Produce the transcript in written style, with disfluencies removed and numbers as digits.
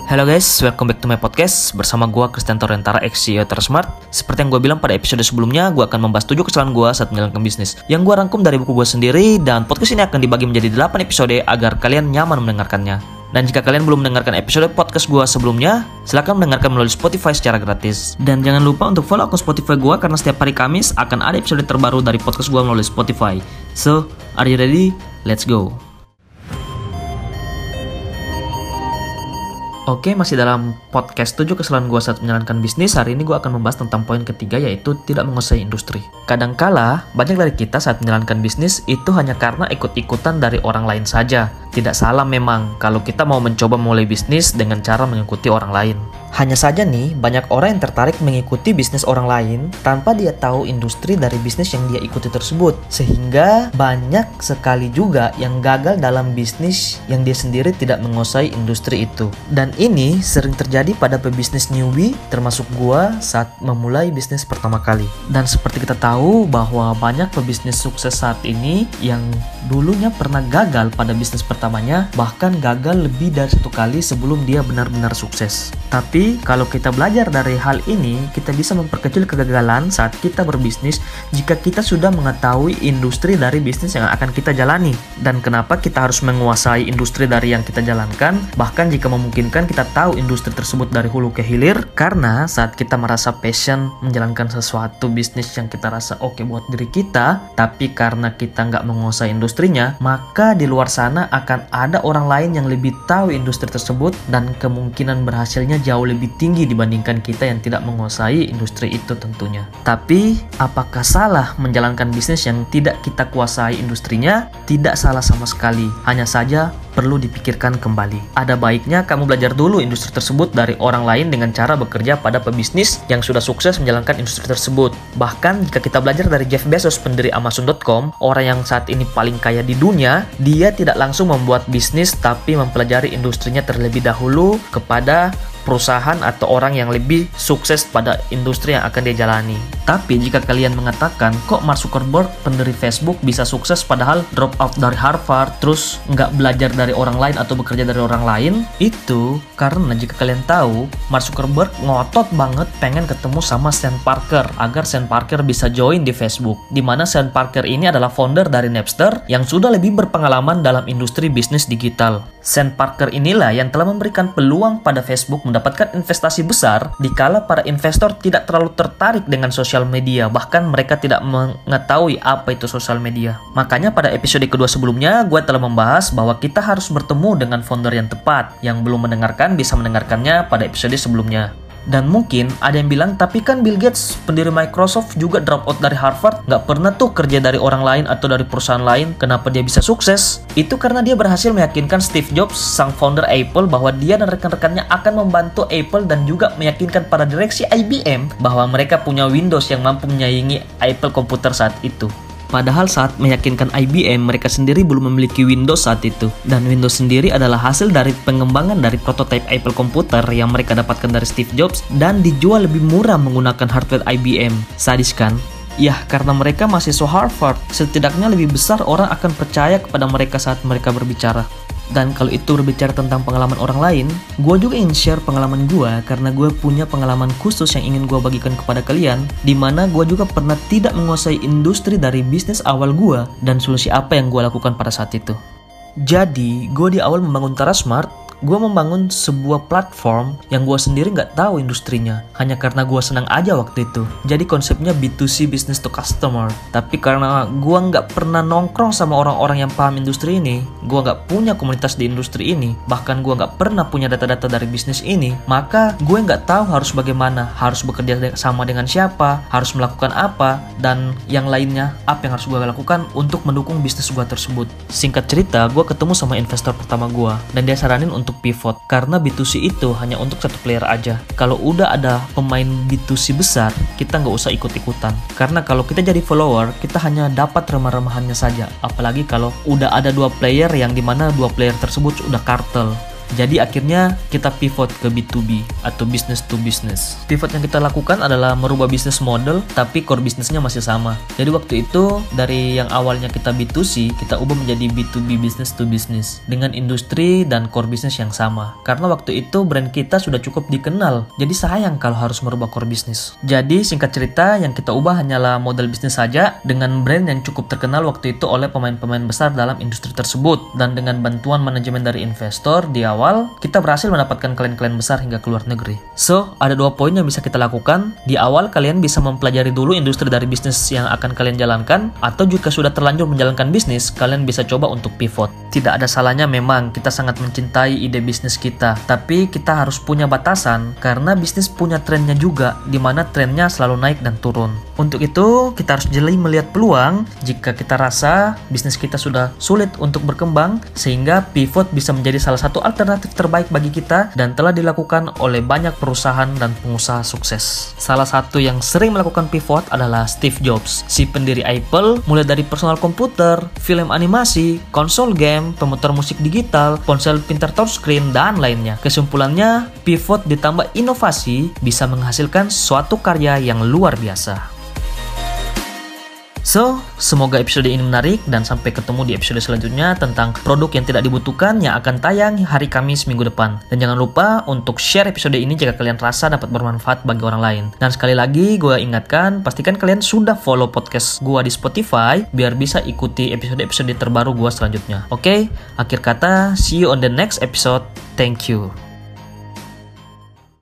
Halo guys, welcome back to my podcast. Bersama gue Kristianto Rentara, ex-CEO Tersmart. Seperti yang gue bilang pada episode sebelumnya, gue akan membahas 7 kesalahan gue saat menjalankan bisnis yang gue rangkum dari buku gue sendiri. Dan podcast ini akan dibagi menjadi 8 episode agar kalian nyaman mendengarkannya. Dan jika kalian belum mendengarkan episode podcast gue sebelumnya, silahkan mendengarkan melalui Spotify secara gratis. Dan jangan lupa untuk follow akun Spotify gue, karena setiap hari Kamis akan ada episode terbaru dari podcast gue melalui Spotify. So, are you ready? Let's go. Oke, masih dalam podcast 7 kesalahan gue saat menjalankan bisnis. Hari ini gue akan membahas tentang poin ketiga, yaitu tidak menguasai industri. Kadangkala, banyak dari kita saat menjalankan bisnis itu hanya karena ikut-ikutan dari orang lain saja. Tidak salah memang kalau kita mau mencoba memulai bisnis dengan cara mengikuti orang lain. Hanya saja nih, banyak orang yang tertarik mengikuti bisnis orang lain tanpa dia tahu industri dari bisnis yang dia ikuti tersebut. Sehingga banyak sekali juga yang gagal dalam bisnis yang dia sendiri tidak menguasai industri itu. Dan ini sering terjadi pada pebisnis newbie, termasuk gua saat memulai bisnis pertama kali. Dan seperti kita tahu bahwa banyak pebisnis sukses saat ini yang dulunya pernah gagal pada bisnis pertamanya, bahkan gagal lebih dari 1 kali sebelum dia benar-benar sukses. Tapi kalau kita belajar dari hal ini, kita bisa memperkecil kegagalan saat kita berbisnis jika kita sudah mengetahui industri dari bisnis yang akan kita jalani. Dan kenapa kita harus menguasai industri dari yang kita jalankan, bahkan jika memungkinkan kita tahu industri tersebut dari hulu ke hilir. Karena saat kita merasa passion menjalankan sesuatu bisnis yang kita rasa oke buat diri kita, tapi karena kita nggak menguasai industrinya, maka di luar sana akan ada orang lain yang lebih tahu industri tersebut, dan kemungkinan berhasilnya jauh lebih tinggi dibandingkan kita yang tidak menguasai industri itu tentunya. Tapi, apakah salah menjalankan bisnis yang tidak kita kuasai industrinya? Tidak salah sama sekali. Hanya saja perlu dipikirkan kembali. Ada baiknya kamu belajar dulu industri tersebut dari orang lain dengan cara bekerja pada pebisnis yang sudah sukses menjalankan industri tersebut. Bahkan jika kita belajar dari Jeff Bezos, pendiri Amazon.com, orang yang saat ini paling kaya di dunia, dia tidak langsung membuat bisnis tapi mempelajari industrinya terlebih dahulu kepada perusahaan atau orang yang lebih sukses pada industri yang akan dia jalani. Tapi jika kalian mengatakan, kok Mark Zuckerberg, pendiri Facebook, bisa sukses padahal drop out dari Harvard, terus nggak belajar dari orang lain atau bekerja dari orang lain? Itu karena jika kalian tahu, Mark Zuckerberg ngotot banget pengen ketemu sama Sean Parker agar Sean Parker bisa join di Facebook. Dimana Sean Parker ini adalah founder dari Napster yang sudah lebih berpengalaman dalam industri bisnis digital. Sean Parker inilah yang telah memberikan peluang pada Facebook mendapatkan investasi besar dikala para investor tidak terlalu tertarik dengan sosial media, bahkan mereka tidak mengetahui apa itu sosial media. Makanya pada episode kedua sebelumnya, gue telah membahas bahwa kita harus bertemu dengan founder yang tepat. Yang belum mendengarkan bisa mendengarkannya pada episode sebelumnya. Dan mungkin ada yang bilang, tapi kan Bill Gates, pendiri Microsoft, juga drop out dari Harvard, nggak pernah tuh kerja dari orang lain atau dari perusahaan lain, kenapa dia bisa sukses? Itu karena dia berhasil meyakinkan Steve Jobs, sang founder Apple, bahwa dia dan rekan-rekannya akan membantu Apple, dan juga meyakinkan para direksi IBM bahwa mereka punya Windows yang mampu menyaingi Apple komputer saat itu. Padahal saat meyakinkan IBM, mereka sendiri belum memiliki Windows saat itu. Dan Windows sendiri adalah hasil dari pengembangan dari prototipe Apple komputer yang mereka dapatkan dari Steve Jobs dan dijual lebih murah menggunakan hardware IBM. Sadis kan? Ya, karena mereka mahasiswa Harvard, setidaknya lebih besar orang akan percaya kepada mereka saat mereka berbicara. Dan kalau itu berbicara tentang pengalaman orang lain, gue juga ingin share pengalaman gue karena gue punya pengalaman khusus yang ingin gue bagikan kepada kalian, di mana gue juga pernah tidak menguasai industri dari bisnis awal gue dan solusi apa yang gue lakukan pada saat itu. Jadi, gue di awal membangun Tersmart, gue membangun sebuah platform yang gue sendiri nggak tahu industrinya, hanya karena gue senang aja waktu itu. Jadi konsepnya B2C, business to customer. Tapi karena gue nggak pernah nongkrong sama orang-orang yang paham industri ini, gue nggak punya komunitas di industri ini, bahkan gue nggak pernah punya data-data dari bisnis ini, maka gue nggak tahu harus bagaimana, harus bekerja sama dengan siapa, harus melakukan apa, dan yang lainnya apa yang harus gue lakukan untuk mendukung bisnis gue tersebut. Singkat cerita, gue ketemu sama investor pertama gue, dan dia saranin untuk pivot, karena B2C itu hanya untuk satu player aja. Kalau udah ada pemain B2C besar, kita nggak usah ikut-ikutan, karena kalau kita jadi follower, kita hanya dapat remah-remahannya saja. Apalagi kalau udah ada 2 player yang dimana 2 player tersebut udah kartel. Jadi akhirnya kita pivot ke B2B atau business to business. Pivot yang kita lakukan adalah merubah bisnis model, tapi core bisnisnya masih sama. Jadi waktu itu dari yang awalnya kita B2C, kita ubah menjadi B2B, business to business, dengan industri dan core bisnis yang sama. Karena waktu itu brand kita sudah cukup dikenal, jadi sayang kalau harus merubah core bisnis. Jadi singkat cerita, yang kita ubah hanyalah model bisnis saja dengan brand yang cukup terkenal waktu itu oleh pemain-pemain besar dalam industri tersebut. Dan dengan bantuan manajemen dari investor di awal, kita berhasil mendapatkan klien-klien besar hingga ke luar negeri. So, ada 2 poin yang bisa kita lakukan. Di awal, kalian bisa mempelajari dulu industri dari bisnis yang akan kalian jalankan, atau jika sudah terlanjur menjalankan bisnis, kalian bisa coba untuk pivot. Tidak ada salahnya memang kita sangat mencintai ide bisnis kita, tapi kita harus punya batasan, karena bisnis punya trennya juga, di mana trennya selalu naik dan turun. Untuk itu, kita harus jeli melihat peluang jika kita rasa bisnis kita sudah sulit untuk berkembang, sehingga pivot bisa menjadi salah satu alternatif terbaik bagi kita dan telah dilakukan oleh banyak perusahaan dan pengusaha sukses. Salah satu yang sering melakukan pivot adalah Steve Jobs, si pendiri Apple, mulai dari personal komputer, film animasi, konsol game, pemutar musik digital, ponsel pintar touchscreen, dan lainnya. Kesimpulannya, pivot ditambah inovasi bisa menghasilkan suatu karya yang luar biasa. So, semoga episode ini menarik dan sampai ketemu di episode selanjutnya tentang produk yang tidak dibutuhkan yang akan tayang hari Kamis minggu depan. Dan jangan lupa untuk share episode ini jika kalian rasa dapat bermanfaat bagi orang lain. Dan sekali lagi gue ingatkan, pastikan kalian sudah follow podcast gue di Spotify biar bisa ikuti episode-episode terbaru gue selanjutnya. Oke, akhir kata, see you on the next episode. Thank you.